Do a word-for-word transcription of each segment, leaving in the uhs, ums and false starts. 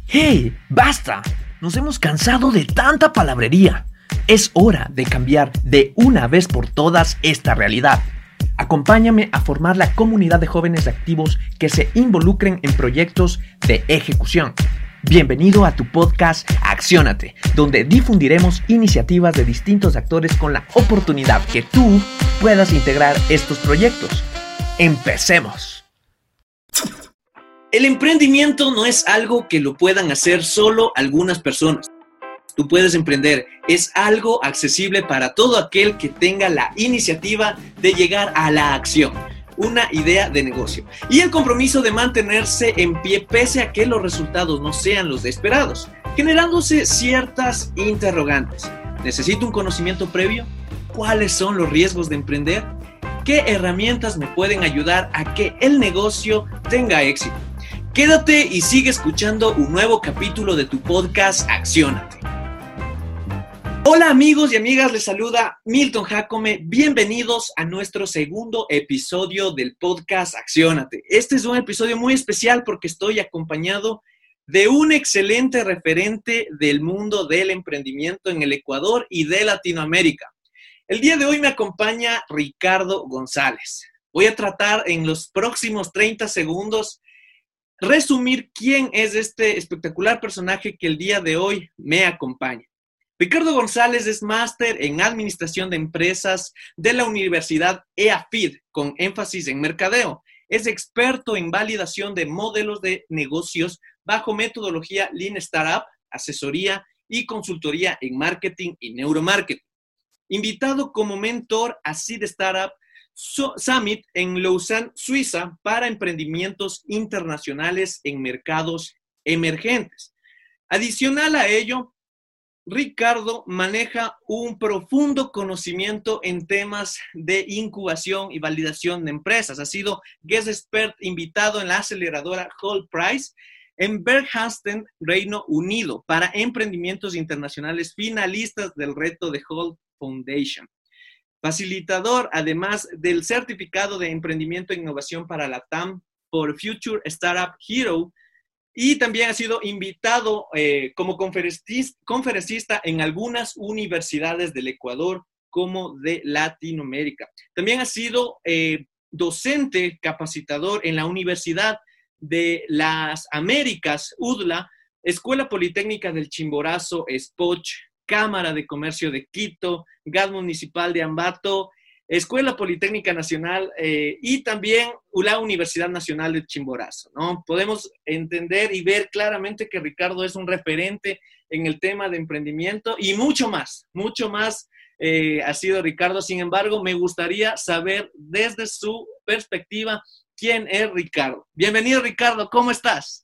¡Hey! ¡Basta! Nos hemos cansado de tanta palabrería. Es hora de cambiar de una vez por todas esta realidad. Acompáñame a formar la comunidad de jóvenes activos que se involucren en proyectos de ejecución. Bienvenido a tu podcast Acciónate, donde difundiremos iniciativas de distintos actores con la oportunidad que tú puedas integrar estos proyectos. ¡Empecemos! El emprendimiento no es algo que lo puedan hacer solo algunas personas. Tú puedes emprender, es algo accesible para todo aquel que tenga la iniciativa de llegar a la acción, una idea de negocio y el compromiso de mantenerse en pie pese a que los resultados no sean los esperados, generándose ciertas interrogantes. ¿Necesito un conocimiento previo? ¿Cuáles son los riesgos de emprender? ¿Qué herramientas me pueden ayudar a que el negocio tenga éxito? Quédate y sigue escuchando un nuevo capítulo de tu podcast Acciónate. Hola amigos y amigas, les saluda Milton Jacome. Bienvenidos a nuestro segundo episodio del podcast Acciónate. Este es un episodio muy especial porque estoy acompañado de un excelente referente del mundo del emprendimiento en el Ecuador y de Latinoamérica. El día de hoy me acompaña Ricardo González. Voy a tratar en los próximos treinta segundos resumir quién es este espectacular personaje que el día de hoy me acompaña. Ricardo González es máster en Administración de Empresas de la Universidad E A F I D, con énfasis en mercadeo. Es experto en validación de modelos de negocios bajo metodología Lean Startup, asesoría y consultoría en marketing y neuromarketing. Invitado como mentor a Seed Startup Summit en Lausanne, Suiza, para emprendimientos internacionales en mercados emergentes. Adicional a ello, Ricardo maneja un profundo conocimiento en temas de incubación y validación de empresas. Ha sido guest expert invitado en la aceleradora Hall Price en Berghasten, Reino Unido, para emprendimientos internacionales finalistas del reto de Hall Foundation. Facilitador, además del certificado de emprendimiento e innovación para la T A M por Future Startup Hero, y también ha sido invitado eh, como conferencista, conferencista en algunas universidades del Ecuador como de Latinoamérica. También ha sido eh, docente capacitador en la Universidad de las Américas, U D L A, Escuela Politécnica del Chimborazo, Spoch, Cámara de Comercio de Quito, G A D Municipal de Ambato, Escuela Politécnica Nacional eh, y también la Universidad Nacional de Chimborazo, ¿no? Podemos entender y ver claramente que Ricardo es un referente en el tema de emprendimiento y mucho más, mucho más eh, ha sido Ricardo. Sin embargo, me gustaría saber desde su perspectiva quién es Ricardo. Bienvenido, Ricardo, ¿cómo estás?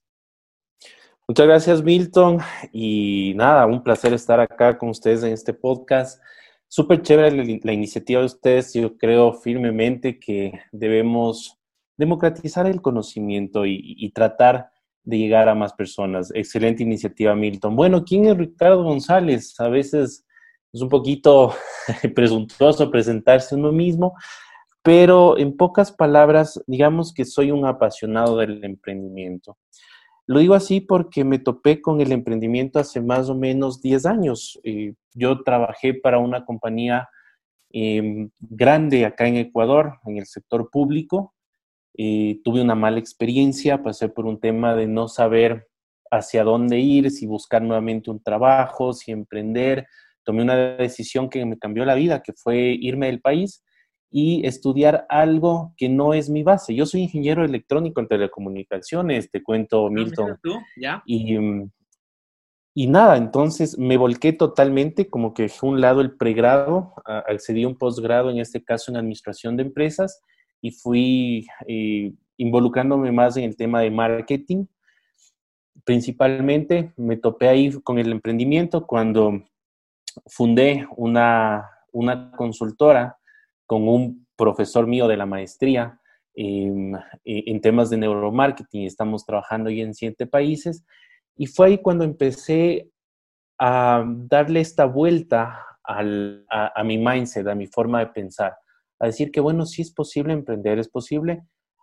Muchas gracias, Milton. Y nada, un placer estar acá con ustedes en este podcast. Súper chévere la, la iniciativa de ustedes. Yo creo firmemente que debemos democratizar el conocimiento y, y tratar de llegar a más personas. Excelente iniciativa, Milton. Bueno, ¿quién es Ricardo González? A veces es un poquito presuntuoso presentarse uno mismo, pero en pocas palabras, digamos que soy un apasionado del emprendimiento. Lo digo así porque me topé con el emprendimiento hace más o menos diez años. Eh, yo trabajé para una compañía eh, grande acá en Ecuador, en el sector público. Eh, tuve una mala experiencia, pasé por un tema de no saber hacia dónde ir, si buscar nuevamente un trabajo, si emprender. Tomé una decisión que me cambió la vida, que fue irme del país y estudiar algo que no es mi base. Yo soy ingeniero electrónico en telecomunicaciones, te cuento, Milton. Ah, ¿tú? ¿Ya? Y, y nada, entonces me volqué totalmente, como que dejé a un lado el pregrado, accedí a un posgrado, en este caso en administración de empresas, y fui eh, involucrándome más en el tema de marketing. Principalmente me topé ahí con el emprendimiento cuando fundé una, una consultora con un profesor mío de la maestría eh, en temas de neuromarketing. Estamos trabajando ya en siete países y fue ahí cuando empecé a darle esta vuelta al, a, a mi mindset, a mi forma de pensar, a decir que bueno, sí es posible emprender, es posible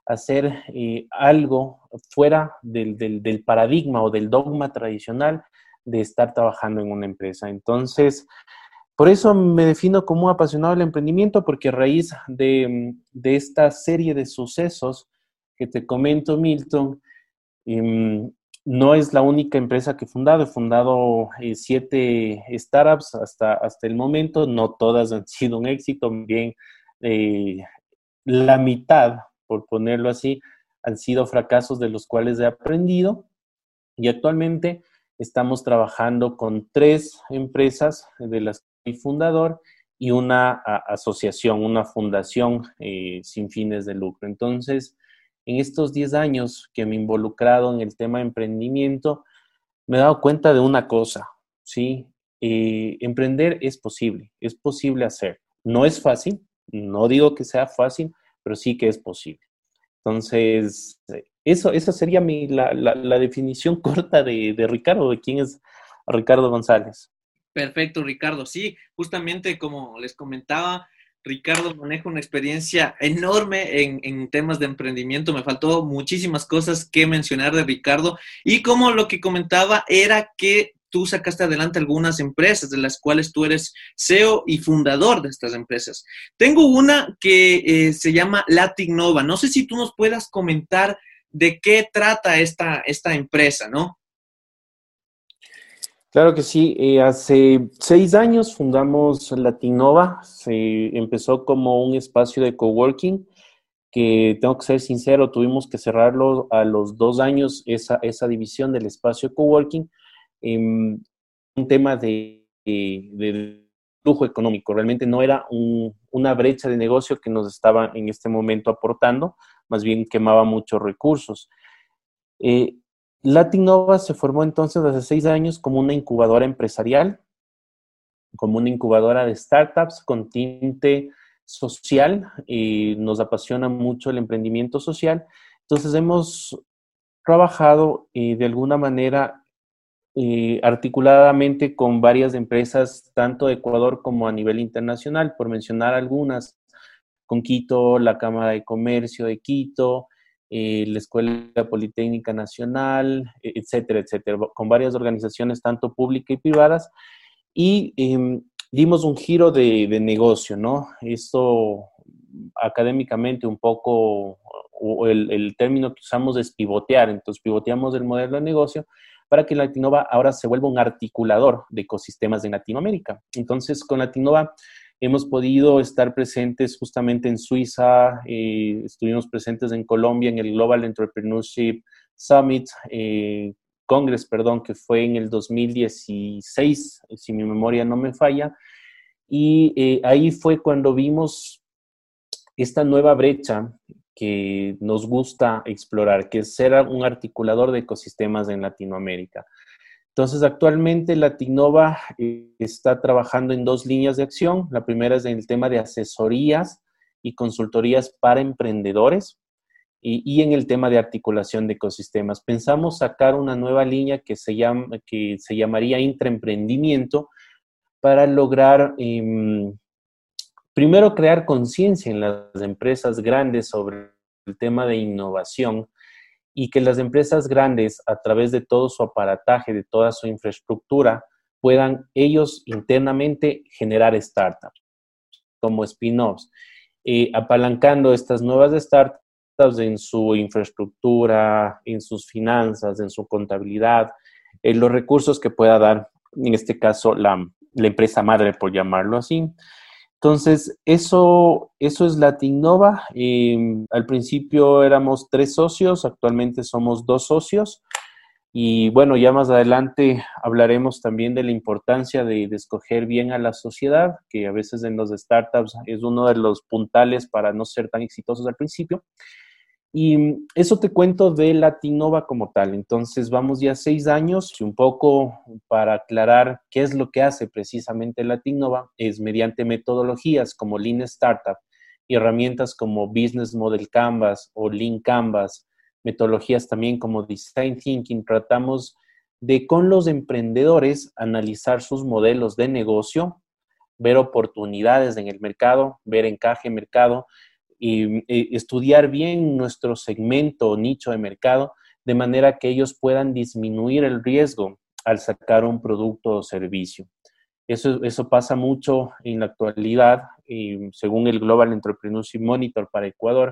hacer eh, algo fuera del, del, del paradigma o del dogma tradicional de estar trabajando en una empresa. Entonces, por eso me defino como un apasionado del emprendimiento, porque a raíz de, de esta serie de sucesos que te comento, Milton, eh, no es la única empresa que he fundado. He fundado eh, siete startups hasta, hasta el momento. No todas han sido un éxito. Bien, eh, la mitad, por ponerlo así, han sido fracasos de los cuales he aprendido. Y actualmente estamos trabajando con tres empresas de las que soy fundador y una a, asociación, una fundación eh, sin fines de lucro. Entonces, en estos diez años que me he involucrado en el tema de emprendimiento, me he dado cuenta de una cosa, ¿sí? Eh, emprender es posible, es posible hacer. No es fácil, no digo que sea fácil, pero sí que es posible. Entonces, eso, esa sería mi, la, la, la definición corta de, de Ricardo, de quién es Ricardo González. Perfecto, Ricardo. Sí, justamente como les comentaba, Ricardo maneja una experiencia enorme en, en temas de emprendimiento. Me faltó muchísimas cosas que mencionar de Ricardo. Y como lo que comentaba era que tú sacaste adelante algunas empresas de las cuales tú eres C E O y fundador de estas empresas. Tengo una que eh, se llama Latinnova. No sé si tú nos puedas comentar de qué trata esta, esta empresa, ¿no? Claro que sí. Eh, hace seis años fundamos Latinnova. Se empezó como un espacio de coworking que, tengo que ser sincero, tuvimos que cerrarlo a los dos años, esa, esa división del espacio coworking, eh, un tema de, de, de flujo económico. Realmente no era un, una brecha de negocio que nos estaba en este momento aportando, más bien quemaba muchos recursos. Eh, Latinnova se formó entonces hace seis años como una incubadora empresarial, como una incubadora de startups con tinte social. Y nos apasiona mucho el emprendimiento social. Entonces hemos trabajado eh, de alguna manera eh, articuladamente con varias empresas, tanto de Ecuador como a nivel internacional, por mencionar algunas, con Quito, la Cámara de Comercio de Quito, eh, la Escuela Politécnica Nacional, etcétera, etcétera, con varias organizaciones, tanto públicas y privadas, y eh, dimos un giro de, de negocio, ¿no? Esto académicamente un poco, o el, el término que usamos es pivotear. Entonces pivoteamos el modelo de negocio para que Latinnova ahora se vuelva un articulador de ecosistemas de Latinoamérica. Entonces, con Latinnova hemos podido estar presentes justamente en Suiza, eh, estuvimos presentes en Colombia en el Global Entrepreneurship Summit, eh, Congress, perdón, que fue en el dos mil dieciséis, si mi memoria no me falla, y eh, ahí fue cuando vimos esta nueva brecha que nos gusta explorar, que es ser un articulador de ecosistemas en Latinoamérica. Entonces, actualmente Latinnova eh, está trabajando en dos líneas de acción. La primera es en el tema de asesorías y consultorías para emprendedores y, y en el tema de articulación de ecosistemas. Pensamos sacar una nueva línea que se, llama, que se llamaría intraemprendimiento para lograr, eh, primero, crear conciencia en las empresas grandes sobre el tema de innovación, y que las empresas grandes, a través de todo su aparataje, de toda su infraestructura, puedan ellos internamente generar startups como spin-offs, eh, apalancando estas nuevas startups en su infraestructura, en sus finanzas, en su contabilidad, en los recursos que pueda dar, en este caso, la, la empresa madre, por llamarlo así. Entonces, eso, eso es Latinnova. Eh, al principio éramos tres socios, actualmente somos dos socios. Y bueno, ya más adelante hablaremos también de la importancia de, de escoger bien a la sociedad, que a veces en los startups es uno de los puntales para no ser tan exitosos al principio. Y eso te cuento de Latinnova como tal. Entonces vamos ya seis años y un poco para aclarar qué es lo que hace precisamente Latinnova es mediante metodologías como Lean Startup y herramientas como Business Model Canvas o Lean Canvas, metodologías también como Design Thinking. Tratamos de con los emprendedores analizar sus modelos de negocio, ver oportunidades en el mercado, ver encaje en mercado, y, y estudiar bien nuestro segmento o nicho de mercado de manera que ellos puedan disminuir el riesgo al sacar un producto o servicio. Eso, eso pasa mucho en la actualidad, y según el Global Entrepreneurship Monitor para Ecuador,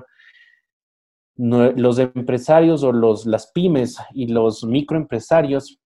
no, los empresarios o los, las pymes y los microempresarios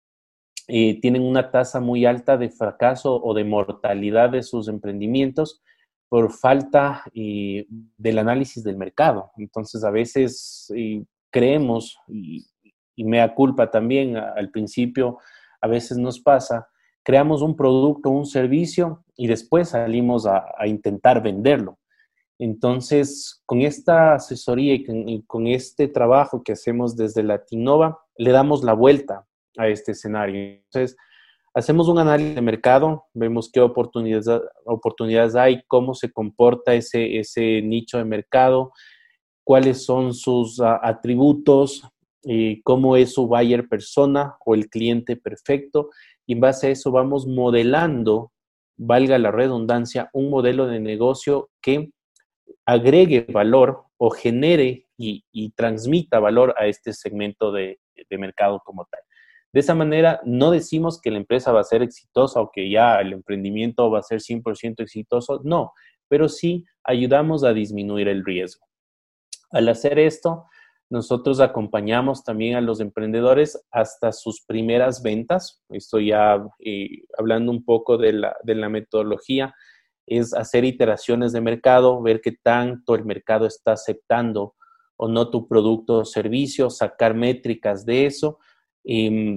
eh, tienen una tasa muy alta de fracaso o de mortalidad de sus emprendimientos por falta eh, del análisis del mercado. Entonces, a veces eh, creemos, y, y mea culpa también a, al principio, a veces nos pasa, creamos un producto, un servicio y después salimos a, a intentar venderlo. Entonces, con esta asesoría y con, y con este trabajo que hacemos desde Latinova, le damos la vuelta a este escenario. Entonces, hacemos un análisis de mercado, vemos qué oportunidades, oportunidades hay, cómo se comporta ese, ese nicho de mercado, cuáles son sus uh, atributos, eh, cómo es su buyer persona o el cliente perfecto, y en base a eso vamos modelando, valga la redundancia, un modelo de negocio que agregue valor o genere y, y transmita valor a este segmento de, de mercado como tal. De esa manera, no decimos que la empresa va a ser exitosa o que ya el emprendimiento va a ser cien por ciento exitoso, no, pero sí ayudamos a disminuir el riesgo. Al hacer esto, nosotros acompañamos también a los emprendedores hasta sus primeras ventas. Estoy ya eh, hablando un poco de la, de la metodología, es hacer iteraciones de mercado, ver qué tanto el mercado está aceptando o no tu producto o servicio, sacar métricas de eso. Eh,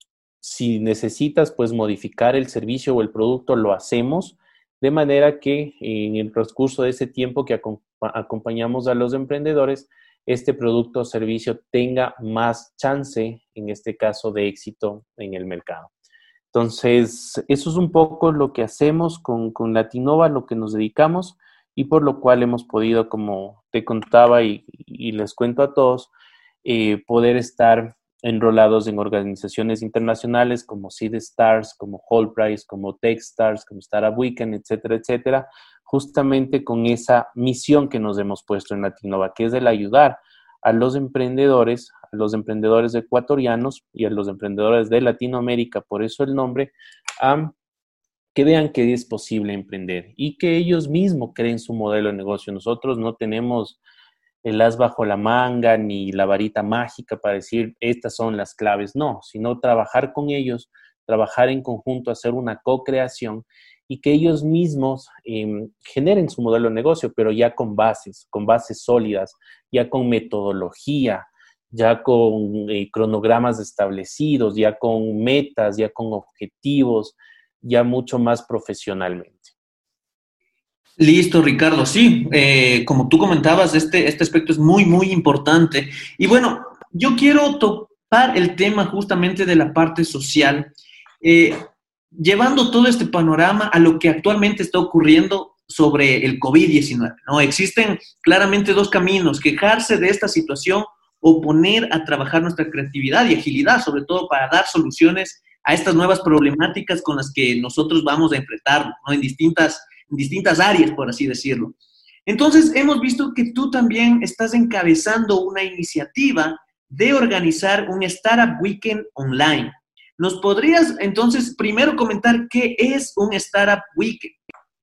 si necesitas, pues, modificar el servicio o el producto, lo hacemos, de manera que en el transcurso de ese tiempo que acom- acompañamos a los emprendedores, este producto o servicio tenga más chance, en este caso, de éxito en el mercado. Entonces, eso es un poco lo que hacemos con, con Latinova, lo que nos dedicamos y por lo cual hemos podido, como te contaba y, y les cuento a todos, eh, poder estar enrolados en organizaciones internacionales como SeedStars, como Wholeprice, como Techstars, como Startup Weekend, etcétera, etcétera, justamente con esa misión que nos hemos puesto en Latinova, que es el ayudar a los emprendedores, a los emprendedores ecuatorianos y a los emprendedores de Latinoamérica, por eso el nombre, a que vean que es posible emprender y que ellos mismos creen su modelo de negocio. Nosotros no tenemos el as bajo la manga ni la varita mágica para decir estas son las claves, no, sino trabajar con ellos, trabajar en conjunto, hacer una co-creación y que ellos mismos eh, generen su modelo de negocio, pero ya con bases, con bases sólidas, ya con metodología, ya con eh, cronogramas establecidos, ya con metas, ya con objetivos, ya mucho más profesionalmente. Listo, Ricardo. Sí, eh, como tú comentabas, este, este aspecto es muy, muy importante. Y bueno, yo quiero topar el tema justamente de la parte social, eh, llevando todo este panorama a lo que actualmente está ocurriendo sobre el COVID diecinueve, ¿no? Existen claramente dos caminos: quejarse de esta situación o poner a trabajar nuestra creatividad y agilidad, sobre todo para dar soluciones a estas nuevas problemáticas con las que nosotros vamos a enfrentarnos, ¿no? En distintas en distintas áreas, por así decirlo. Entonces, hemos visto que tú también estás encabezando una iniciativa de organizar un Startup Weekend online. ¿Nos podrías entonces primero comentar qué es un Startup Weekend?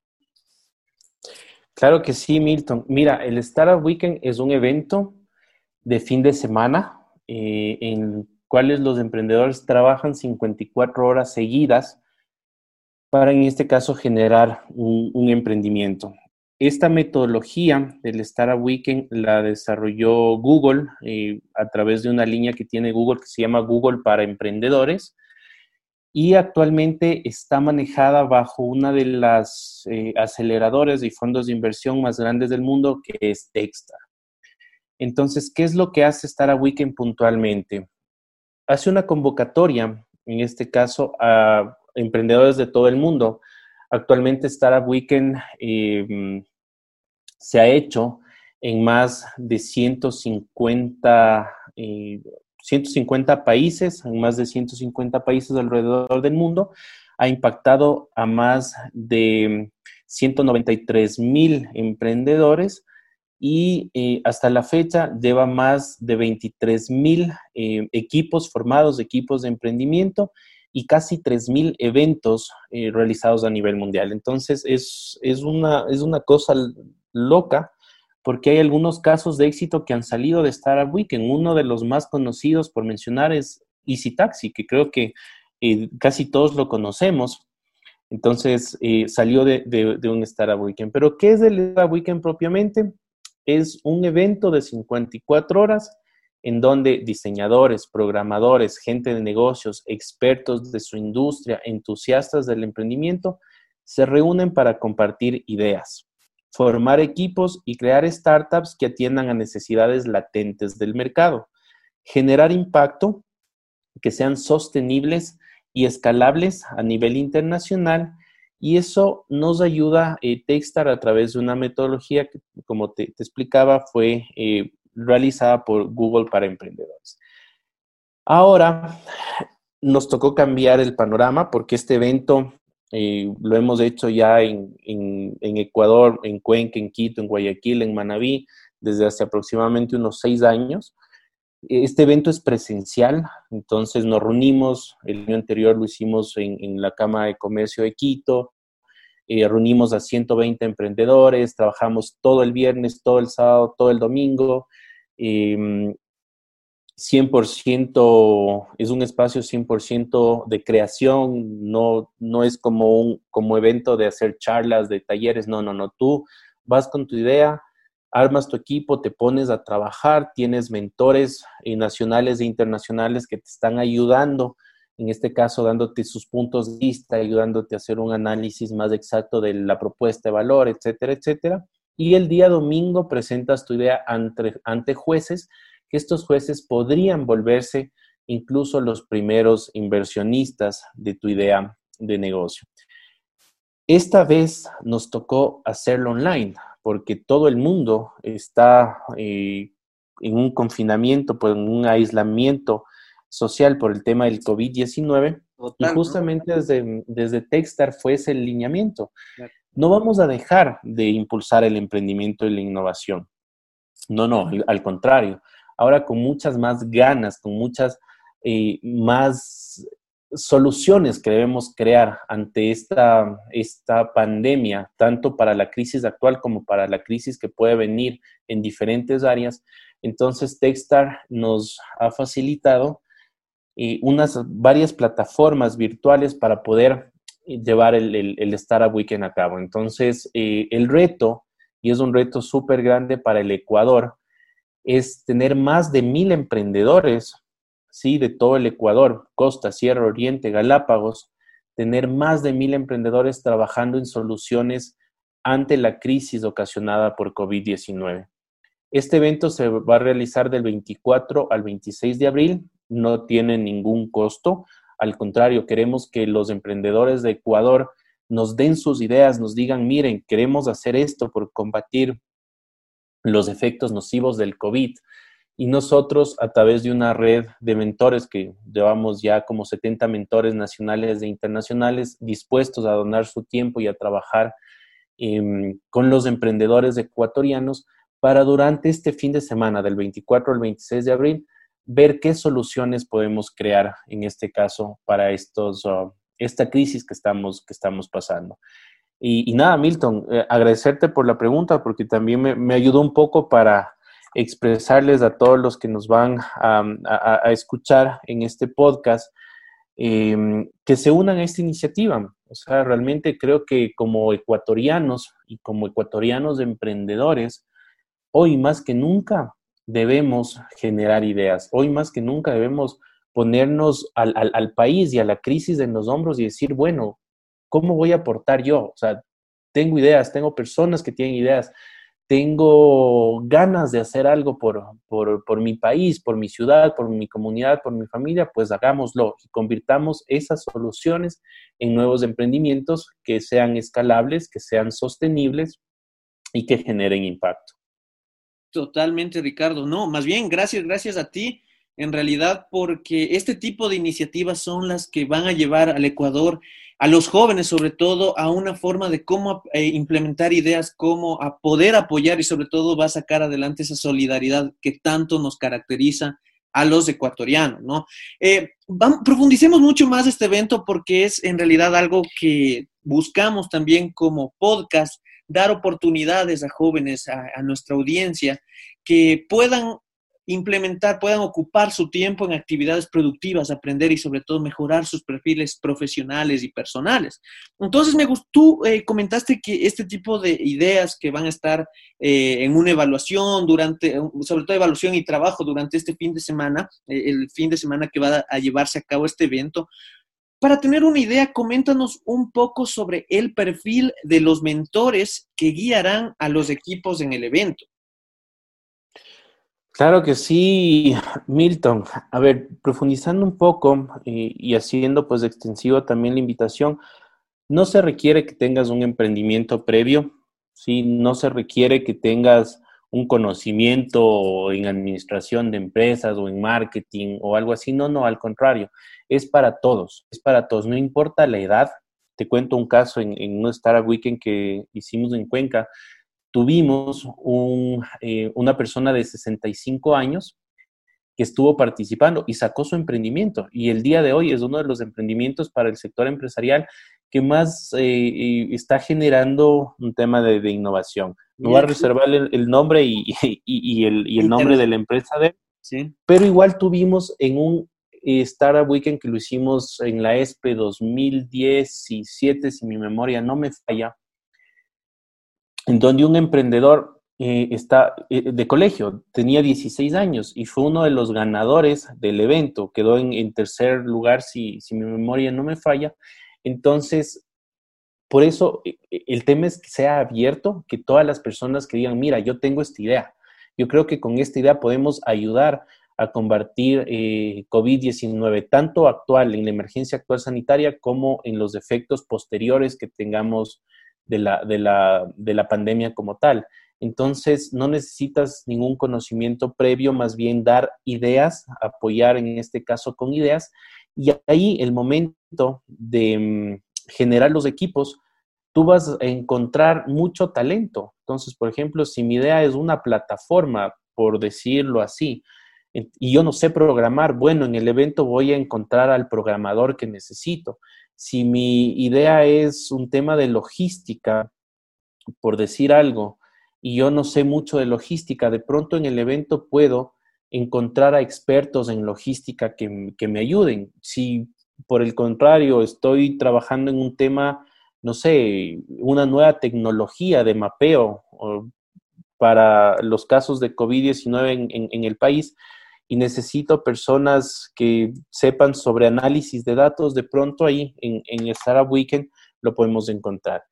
Claro que sí, Milton. Mira, el Startup Weekend es un evento de fin de semana eh, en cuales los emprendedores trabajan cincuenta y cuatro horas seguidas para, en este caso, generar un, un emprendimiento. Esta metodología del Startup Weekend la desarrolló Google eh, a través de una línea que tiene Google que se llama Google para Emprendedores y actualmente está manejada bajo una de las eh, aceleradores y fondos de inversión más grandes del mundo, que es Techstars. Entonces, ¿qué es lo que hace Startup Weekend puntualmente? Hace una convocatoria, en este caso, a emprendedores de todo el mundo. Actualmente Startup Weekend eh, se ha hecho en más de ciento cincuenta, eh, ciento cincuenta países, en más de ciento cincuenta países alrededor del mundo. Ha impactado a más de ciento noventa y tres mil emprendedores y eh, hasta la fecha lleva más de veintitrés mil eh, equipos formados, equipos de emprendimiento y casi tres mil eventos eh, realizados a nivel mundial. Entonces es, es, una, es una cosa loca porque hay algunos casos de éxito que han salido de Startup Weekend. Uno de los más conocidos por mencionar es Easy Taxi, que creo que eh, casi todos lo conocemos. Entonces eh, salió de, de, de un Startup Weekend. Pero ¿qué es el Startup Weekend propiamente? Es un evento de cincuenta y cuatro horas en donde diseñadores, programadores, gente de negocios, expertos de su industria, entusiastas del emprendimiento, se reúnen para compartir ideas, formar equipos y crear startups que atiendan a necesidades latentes del mercado, generar impacto, que sean sostenibles y escalables a nivel internacional. Y eso nos ayuda, eh, Techstar, a través de una metodología que, como te, te explicaba, fue eh, realizada por Google para emprendedores. Ahora, nos tocó cambiar el panorama porque este evento eh, lo hemos hecho ya en, en, en Ecuador, en Cuenca, en Quito, en Guayaquil, en Manabí, desde hace aproximadamente unos seis años. Este evento es presencial, entonces nos reunimos, el año anterior lo hicimos en, en la Cámara de Comercio de Quito, eh, reunimos a ciento veinte emprendedores, trabajamos todo el viernes, todo el sábado, todo el domingo, eh, cien por ciento, es un espacio cien por ciento de creación, no, no es como un como evento de hacer charlas, de talleres, no, no, no, tú vas con tu idea, armas tu equipo, te pones a trabajar, tienes mentores eh, nacionales e internacionales que te están ayudando, en este caso dándote sus puntos de vista, ayudándote a hacer un análisis más exacto de la propuesta de valor, etcétera, etcétera. Y el día domingo presentas tu idea ante, ante jueces, que estos jueces podrían volverse incluso los primeros inversionistas de tu idea de negocio. Esta vez nos tocó hacerlo online, porque todo el mundo está eh, en un confinamiento, pues, en un aislamiento social por el tema del COVID diecinueve. Total, y justamente ¿no? desde, desde Techstar fue ese lineamiento. Claro. No vamos a dejar de impulsar el emprendimiento y la innovación. No, no, al, al contrario. Ahora con muchas más ganas, con muchas eh, más soluciones que debemos crear ante esta, esta pandemia, tanto para la crisis actual como para la crisis que puede venir en diferentes áreas. Entonces, Techstar nos ha facilitado eh, unas varias plataformas virtuales para poder llevar el, el, el Startup Weekend a cabo. Entonces, eh, el reto, y es un reto súper grande para el Ecuador, es tener más de mil emprendedores, ¿sí? De todo el Ecuador, costa, sierra, oriente, Galápagos, tener más de mil emprendedores trabajando en soluciones ante la crisis ocasionada por COVID diecinueve. Este evento se va a realizar del veinticuatro al veintiséis de abril, no tiene ningún costo, al contrario, queremos que los emprendedores de Ecuador nos den sus ideas, nos digan, miren, queremos hacer esto por combatir los efectos nocivos del COVID. Y nosotros, a través de una red de mentores, que llevamos ya como setenta mentores nacionales e internacionales, dispuestos a donar su tiempo y a trabajar eh, con los emprendedores ecuatorianos para durante este fin de semana, del veinticuatro al veintiséis de abril, ver qué soluciones podemos crear, en este caso, para estos, uh, esta crisis que estamos, que estamos pasando. Y, y nada, Milton, eh, agradecerte por la pregunta, porque también me, me ayudó un poco para expresarles a todos los que nos van a, a, a escuchar en este podcast eh, que se unan a esta iniciativa. O sea, realmente creo que como ecuatorianos y como ecuatorianos emprendedores, hoy más que nunca debemos generar ideas. Hoy más que nunca debemos ponernos al, al, al país y a la crisis en los hombros y decir, bueno, ¿cómo voy a aportar yo? O sea, tengo ideas, tengo personas que tienen ideas, tengo ganas de hacer algo por, por, por mi país, por mi ciudad, por mi comunidad, por mi familia, pues hagámoslo y convirtamos esas soluciones en nuevos emprendimientos que sean escalables, que sean sostenibles y que generen impacto. Totalmente, Ricardo. No, más bien, gracias, gracias a ti, en realidad, porque este tipo de iniciativas son las que van a llevar al Ecuador a los jóvenes sobre todo a una forma de cómo eh, implementar ideas, cómo a poder apoyar y sobre todo va a sacar adelante esa solidaridad que tanto nos caracteriza a los ecuatorianos, ¿no? Eh, vamos, profundicemos mucho más este evento porque es en realidad algo que buscamos también como podcast, dar oportunidades a jóvenes, a, a nuestra audiencia, que puedan implementar, puedan ocupar su tiempo en actividades productivas, aprender y sobre todo mejorar sus perfiles profesionales y personales. Entonces, me gustó, tú eh, comentaste que este tipo de ideas que van a estar eh, en una evaluación durante, sobre todo evaluación y trabajo durante este fin de semana, eh, el fin de semana que va a, a llevarse a cabo este evento. Para tener una idea, coméntanos un poco sobre el perfil de los mentores que guiarán a los equipos en el evento. Claro que sí, Milton. A ver, profundizando un poco y, y haciendo pues extensivo también la invitación, no se requiere que tengas un emprendimiento previo, ¿sí? No se requiere que tengas un conocimiento en administración de empresas o en marketing o algo así. No, no, al contrario, es para todos, es para todos, no importa la edad. Te cuento un caso en, en un Startup Weekend que hicimos en Cuenca. Tuvimos un, eh, una persona de sesenta y cinco años que estuvo participando y sacó su emprendimiento. Y el día de hoy es uno de los emprendimientos para el sector empresarial que más eh, está generando un tema de, de innovación. Me voy a reservar el, el nombre y, y, y, el, y el nombre de la empresa de él. Sí. Pero igual tuvimos en un eh, Startup Weekend que lo hicimos en la ESPE dos mil diecisiete, si mi memoria no me falla, en donde un emprendedor eh, está, eh, de colegio, tenía dieciséis años y fue uno de los ganadores del evento. Quedó en, en tercer lugar, si, si mi memoria no me falla. Entonces, por eso eh, el tema es que sea abierto, que todas las personas que digan, mira, yo tengo esta idea. Yo creo que con esta idea podemos ayudar a combatir eh, COVID diecinueve, tanto actual, en la emergencia actual sanitaria, como en los efectos posteriores que tengamos de la, de la, de la pandemia como tal. Entonces, no necesitas ningún conocimiento previo, más bien dar ideas, apoyar en este caso con ideas, y ahí el momento de um, generar los equipos, tú vas a encontrar mucho talento. Entonces, por ejemplo, si mi idea es una plataforma, por decirlo así, y yo no sé programar, bueno, en el evento voy a encontrar al programador que necesito. Si mi idea es un tema de logística, por decir algo, y yo no sé mucho de logística, de pronto en el evento puedo encontrar a expertos en logística que, que me ayuden. Si, por el contrario, estoy trabajando en un tema, no sé, una nueva tecnología de mapeo o para los casos de COVID diecinueve en, en, en el país, y necesito personas que sepan sobre análisis de datos, de pronto ahí en, en el Startup Weekend lo podemos encontrar.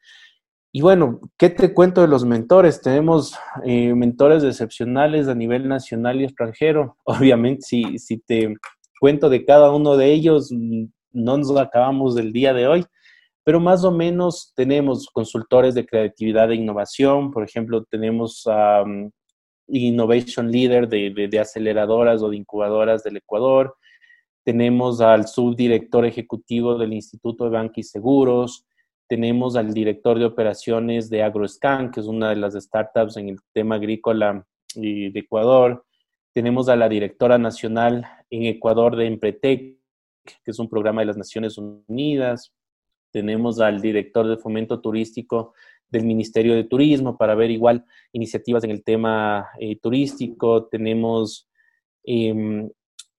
Y bueno, ¿qué te cuento de los mentores? Tenemos eh, mentores excepcionales a nivel nacional y extranjero. Obviamente, si, si te cuento de cada uno de ellos, no nos acabamos del día de hoy, pero más o menos tenemos consultores de creatividad e innovación. Por ejemplo, tenemos a um, Innovation Leader de, de, de aceleradoras o de incubadoras del Ecuador. Tenemos al subdirector ejecutivo del Instituto de Banca y Seguros. Tenemos al director de operaciones de AgroScan, que es una de las startups en el tema agrícola de Ecuador. Tenemos a la directora nacional en Ecuador de Empretec, que es un programa de las Naciones Unidas. Tenemos al director de fomento turístico del Ministerio de Turismo para ver igual iniciativas en el tema eh, turístico. Tenemos eh,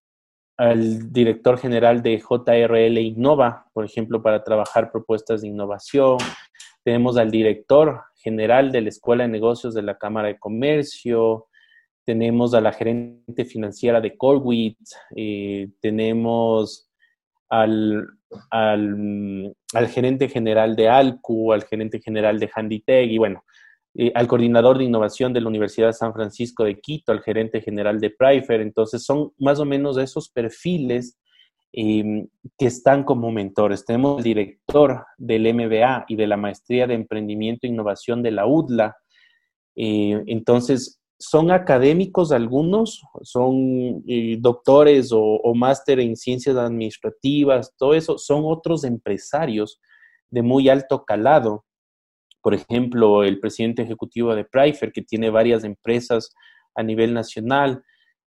al director general de J R L Innova, por ejemplo, para trabajar propuestas de innovación. Tenemos al director general de la Escuela de Negocios de la Cámara de Comercio. Tenemos a la gerente financiera de Corwit. Eh, tenemos al, al, al gerente general de Alcu, al gerente general de Handitech y bueno, eh, al coordinador de innovación de la Universidad de San Francisco de Quito, al gerente general de Prifer. Entonces son más o menos esos perfiles eh, que están como mentores. Tenemos el director del M B A y de la Maestría de Emprendimiento e Innovación de la U D L A. Eh, entonces, son académicos algunos, son eh, doctores o, o máster en ciencias administrativas, todo eso, son otros empresarios de muy alto calado. Por ejemplo, el presidente ejecutivo de Pryfer, que tiene varias empresas a nivel nacional,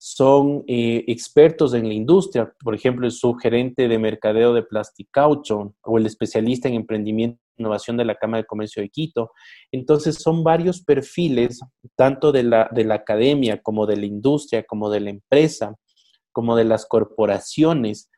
son eh, expertos en la industria. Por ejemplo, el subgerente de mercadeo de Plasticaucho o el especialista en emprendimiento e innovación de la Cámara de Comercio de Quito. Entonces, son varios perfiles, tanto de la, de la academia como de la industria, como de la empresa, como de las corporaciones,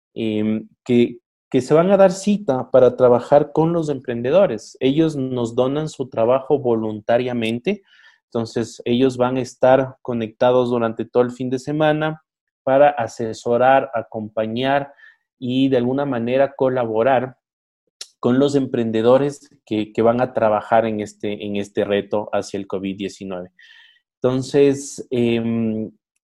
eh, que, que se van a dar cita para trabajar con los emprendedores. Ellos nos donan su trabajo voluntariamente. Entonces, ellos van a estar conectados durante todo el fin de semana para asesorar, acompañar y de alguna manera colaborar con los emprendedores que, que van a trabajar en este, en este reto hacia el COVID diecinueve. Entonces, eh,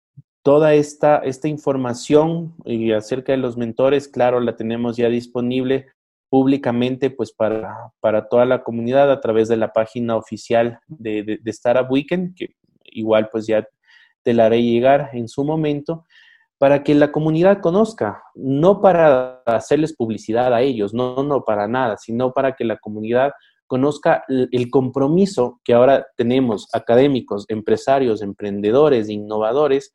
toda esta, esta información y acerca de los mentores, claro, la tenemos ya disponible públicamente pues para, para toda la comunidad a través de la página oficial de, de, de Startup Weekend, que igual pues ya te la haré llegar en su momento, para que la comunidad conozca, no para hacerles publicidad a ellos, no, no para nada, sino para que la comunidad conozca el compromiso que ahora tenemos académicos, empresarios, emprendedores, innovadores,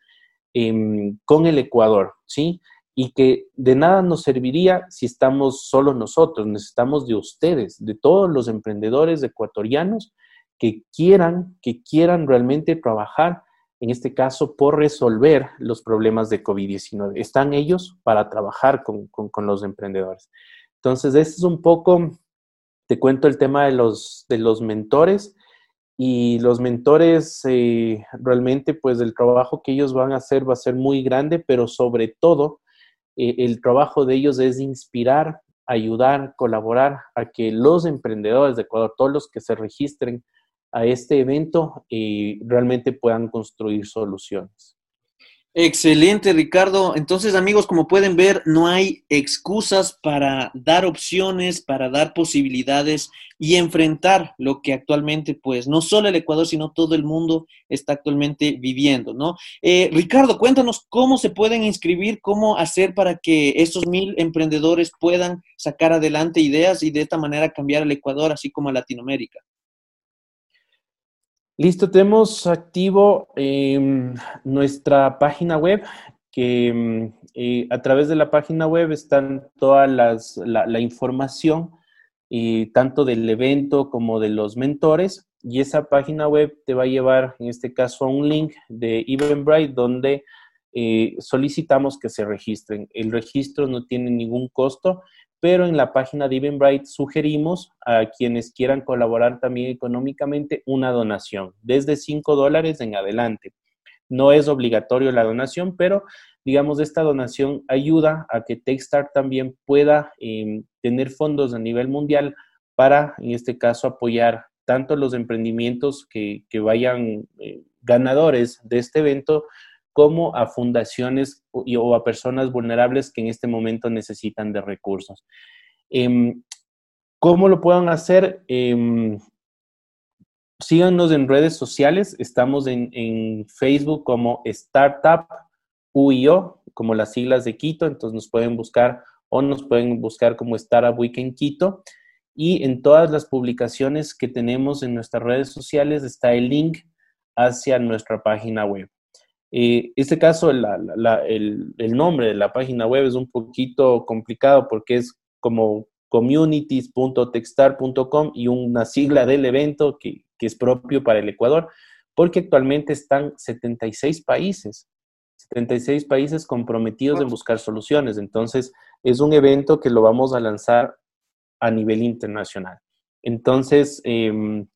eh, con el Ecuador, ¿sí? Y que de nada nos serviría si estamos solo nosotros, necesitamos de ustedes, de todos los emprendedores ecuatorianos que quieran, que quieran realmente trabajar, en este caso, por resolver los problemas de COVID diecinueve. Están ellos para trabajar con, con, con los emprendedores. Entonces, este es un poco, te cuento el tema de los, de los mentores. Y los mentores, eh, realmente, pues el trabajo que ellos van a hacer va a ser muy grande, pero sobre todo, eh, el trabajo de ellos es inspirar, ayudar, colaborar a que los emprendedores de Ecuador, todos los que se registren a este evento, eh, realmente puedan construir soluciones. Excelente, Ricardo. Entonces, amigos, como pueden ver, no hay excusas para dar opciones, para dar posibilidades y enfrentar lo que actualmente, pues, no solo el Ecuador, sino todo el mundo está actualmente viviendo, ¿no? Eh, Ricardo, cuéntanos cómo se pueden inscribir, cómo hacer para que estos mil emprendedores puedan sacar adelante ideas y de esta manera cambiar al Ecuador, así como a Latinoamérica. Listo, tenemos activo eh, nuestra página web, que eh, a través de la página web están toda las, la, la información, eh, tanto del evento como de los mentores, y esa página web te va a llevar, en este caso, a un link de Eventbrite donde eh, solicitamos que se registren. El registro no tiene ningún costo, pero en la página de Eventbrite sugerimos a quienes quieran colaborar también económicamente una donación, desde cinco dólares en adelante. No es obligatorio la donación, pero digamos, esta donación ayuda a que Techstart también pueda eh, tener fondos a nivel mundial para, en este caso, apoyar tanto los emprendimientos que, que vayan eh, ganadores de este evento, como a fundaciones o a personas vulnerables que en este momento necesitan de recursos. Eh, ¿Cómo lo puedan hacer? Eh, síganos en redes sociales. Estamos en, en Facebook como Startup U I O, como las siglas de Quito. Entonces nos pueden buscar o nos pueden buscar como Startup Weekend Quito. Y en todas las publicaciones que tenemos en nuestras redes sociales está el link hacia nuestra página web. Eh, este caso, la, la, el, el nombre de la página web es un poquito complicado porque es como communities punto techstart punto com y una sigla del evento que, que es propio para el Ecuador, porque actualmente están setenta y seis países, setenta y seis países comprometidos en buscar soluciones. Entonces, es un evento que lo vamos a lanzar a nivel internacional. Entonces, eh,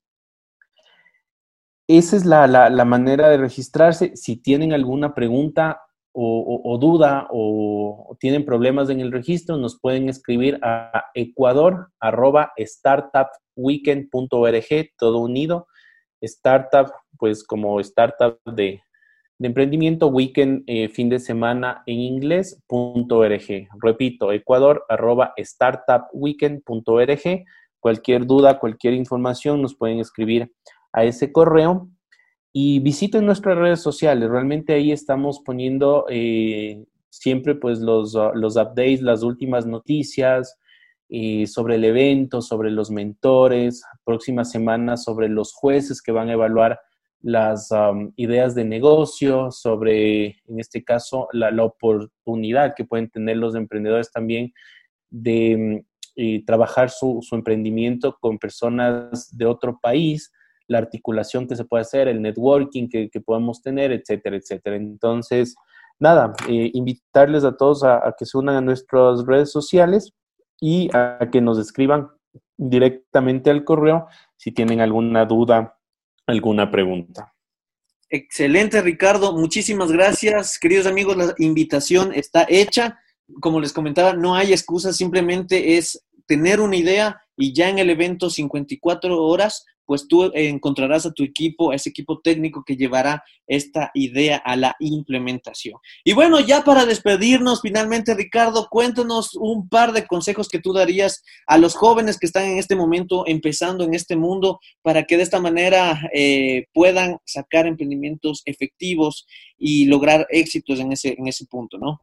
esa es la, la, la manera de registrarse. Si tienen alguna pregunta o, o, o duda o, o tienen problemas en el registro, nos pueden escribir a ecuador arroba startupweekend punto org, todo unido. Startup, pues como startup de, de emprendimiento, weekend, eh, fin de semana en inglés, punto org. Repito, ecuador arroba startupweekend punto org. Cualquier duda, cualquier información, nos pueden escribir a ese correo y visiten nuestras redes sociales. Realmente ahí estamos poniendo eh, siempre pues los, los updates, las últimas noticias, y sobre el evento, sobre los mentores, próxima semana sobre los jueces que van a evaluar las um, ideas de negocio, sobre, en este caso, la, la oportunidad que pueden tener los emprendedores también de eh, trabajar su, su emprendimiento con personas de otro país, la articulación que se puede hacer, el networking que, que podemos tener, etcétera, etcétera. Entonces, nada, eh, invitarles a todos a, a que se unan a nuestras redes sociales y a que nos escriban directamente al correo si tienen alguna duda, alguna pregunta. Excelente, Ricardo. Muchísimas gracias. Queridos amigos, la invitación está hecha. Como les comentaba, no hay excusas, simplemente es tener una idea y ya en el evento cincuenta y cuatro horas, pues tú encontrarás a tu equipo, a ese equipo técnico que llevará esta idea a la implementación. Y bueno, ya para despedirnos finalmente, Ricardo, cuéntanos un par de consejos que tú darías a los jóvenes que están en este momento empezando en este mundo para que de esta manera eh, puedan sacar emprendimientos efectivos y lograr éxitos en ese, en ese punto, ¿no?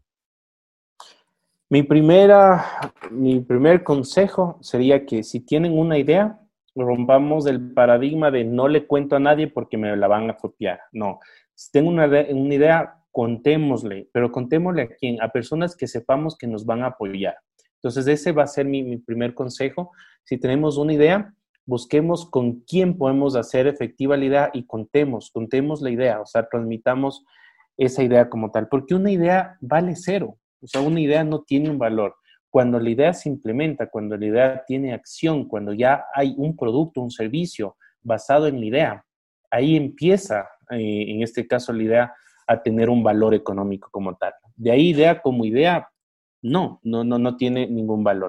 Mi, primera, mi primer consejo sería que si tienen una idea, rompamos el paradigma de no le cuento a nadie porque me la van a copiar. No, si tengo una, una idea, contémosle, pero contémosle a quién, a personas que sepamos que nos van a apoyar. Entonces ese va a ser mi, mi primer consejo. Si tenemos una idea, busquemos con quién podemos hacer efectiva la idea y contemos, contemos la idea, o sea, transmitamos esa idea como tal, porque una idea vale cero. O sea, una idea no tiene un valor. Cuando la idea se implementa, cuando la idea tiene acción, cuando ya hay un producto, un servicio basado en la idea, ahí empieza, eh, en este caso, la idea a tener un valor económico como tal. De ahí, idea como idea, no, no, no, no tiene ningún valor.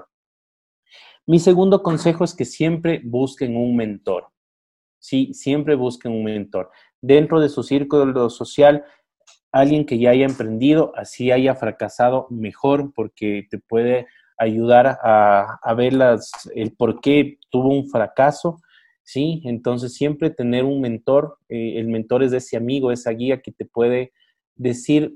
Mi segundo consejo es que siempre busquen un mentor. Sí, siempre busquen un mentor. Dentro de su círculo social, alguien que ya haya emprendido, así haya fracasado, mejor, porque te puede ayudar a, a ver las, el por qué tuvo un fracaso, ¿sí? Entonces, siempre tener un mentor, eh, el mentor es ese amigo, esa guía que te puede decir,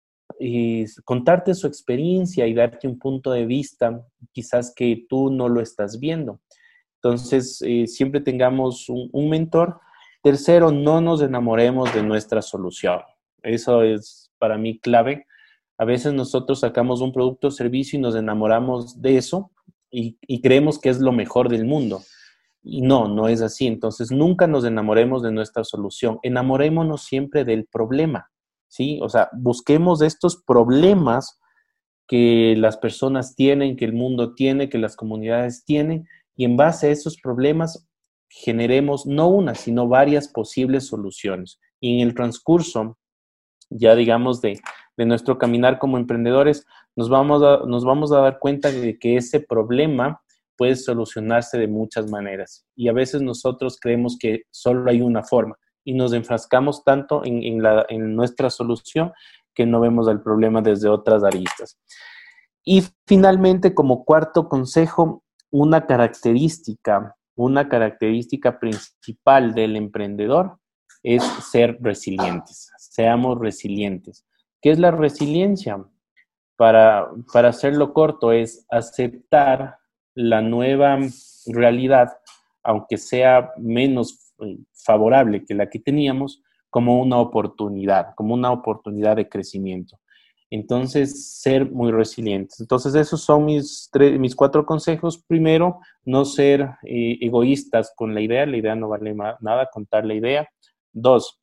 eh, contarte su experiencia y darte un punto de vista, quizás que tú no lo estás viendo. Entonces, eh, siempre tengamos un, un mentor. Tercero, no nos enamoremos de nuestra solución. Eso es para mí clave. A veces nosotros sacamos un producto o servicio y nos enamoramos de eso y, y creemos que es lo mejor del mundo. Y no, no es así. Entonces, nunca nos enamoremos de nuestra solución. Enamorémonos siempre del problema, ¿sí? O sea, busquemos estos problemas que las personas tienen, que el mundo tiene, que las comunidades tienen, y en base a esos problemas generemos no una, sino varias posibles soluciones. Y en el transcurso, ya digamos, de, de nuestro caminar como emprendedores, nos vamos, a, nos vamos a dar cuenta de que ese problema puede solucionarse de muchas maneras. Y a veces nosotros creemos que solo hay una forma y nos enfrascamos tanto en, en, la, en nuestra solución que no vemos el problema desde otras aristas. Y finalmente, como cuarto consejo, una característica, una característica principal del emprendedor es ser resilientes. Seamos resilientes. ¿Qué es la resiliencia? Para, para hacerlo corto, es aceptar la nueva realidad, aunque sea menos favorable que la que teníamos, como una oportunidad, como una oportunidad de crecimiento. Entonces, ser muy resilientes. Entonces, esos son mis, tres, mis cuatro consejos. Primero, no ser eh, egoístas con la idea. La idea no vale nada, contar la idea. Dos,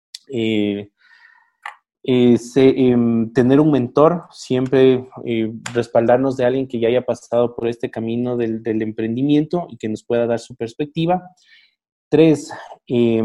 eh, eh, se, eh, tener un mentor, siempre eh, respaldarnos de alguien que ya haya pasado por este camino del, del emprendimiento y que nos pueda dar su perspectiva. Tres, eh,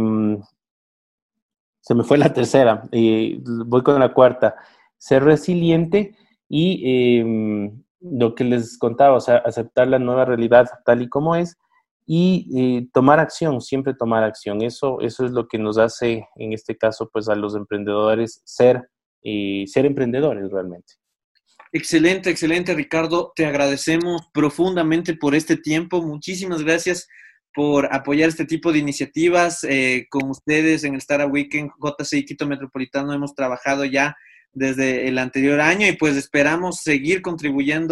se me fue la tercera, eh, voy con la cuarta, ser resiliente y eh, lo que les contaba, o sea, aceptar la nueva realidad tal y como es y eh, tomar acción, siempre tomar acción. Eso, eso es lo que nos hace, en este caso, pues a los emprendedores ser, eh, ser emprendedores realmente. Excelente, excelente, Ricardo. Te agradecemos profundamente por este tiempo. Muchísimas gracias por apoyar este tipo de iniciativas. Eh, con ustedes en el Startup Weekend J C I Quito Metropolitano hemos trabajado ya desde el anterior año y pues esperamos seguir contribuyendo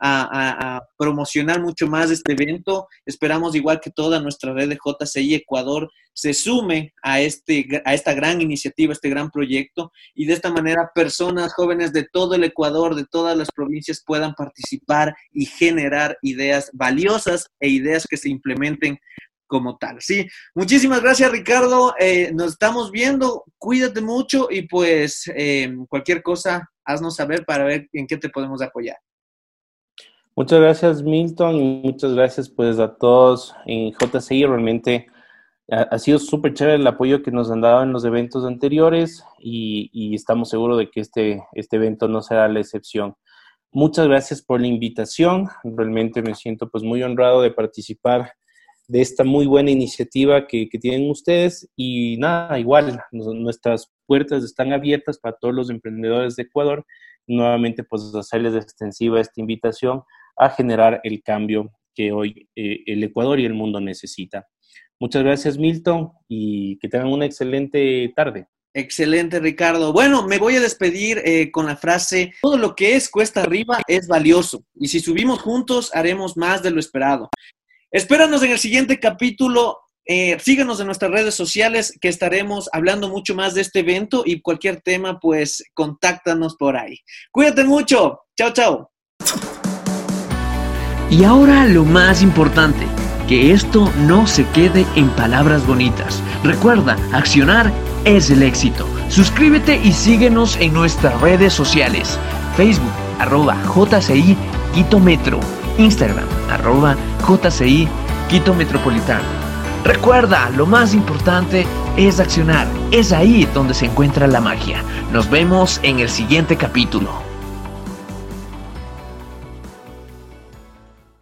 a, a, a promocionar mucho más este evento. Esperamos, igual que toda nuestra red de J C I Ecuador, se sume a, este, a esta gran iniciativa, este gran proyecto, y de esta manera personas jóvenes de todo el Ecuador, de todas las provincias, puedan participar y generar ideas valiosas e ideas que se implementen como tal. Sí, muchísimas gracias, Ricardo. Eh, nos estamos viendo, cuídate mucho y pues eh, cualquier cosa, haznos saber para ver en qué te podemos apoyar. Muchas gracias, Milton, y muchas gracias pues a todos en J C I. Realmente ha, ha sido súper chévere el apoyo que nos han dado en los eventos anteriores y, y estamos seguros de que este, este evento no será la excepción. Muchas gracias por la invitación. Realmente me siento pues muy honrado de participar de esta muy buena iniciativa que, que tienen ustedes, y nada, igual, nuestras puertas están abiertas para todos los emprendedores de Ecuador. Nuevamente, pues hacerles extensiva esta invitación a generar el cambio que hoy eh, el Ecuador y el mundo necesita. Muchas gracias, Milton, y que tengan una excelente tarde. Excelente, Ricardo. Bueno, me voy a despedir eh, con la frase: todo lo que es cuesta arriba es valioso, y si subimos juntos haremos más de lo esperado. Espéranos en el siguiente capítulo. Eh, síganos en nuestras redes sociales, que estaremos hablando mucho más de este evento, y cualquier tema, pues contáctanos por ahí. Cuídate mucho. Chao, chao. Y ahora lo más importante, que esto no se quede en palabras bonitas. Recuerda, accionar es el éxito. Suscríbete y síguenos en nuestras redes sociales: Facebook, arroba J C I Quito Metro, Instagram, arroba J C I Quito Metropolitano. Recuerda, lo más importante es accionar. Es ahí donde se encuentra la magia. Nos vemos en el siguiente capítulo.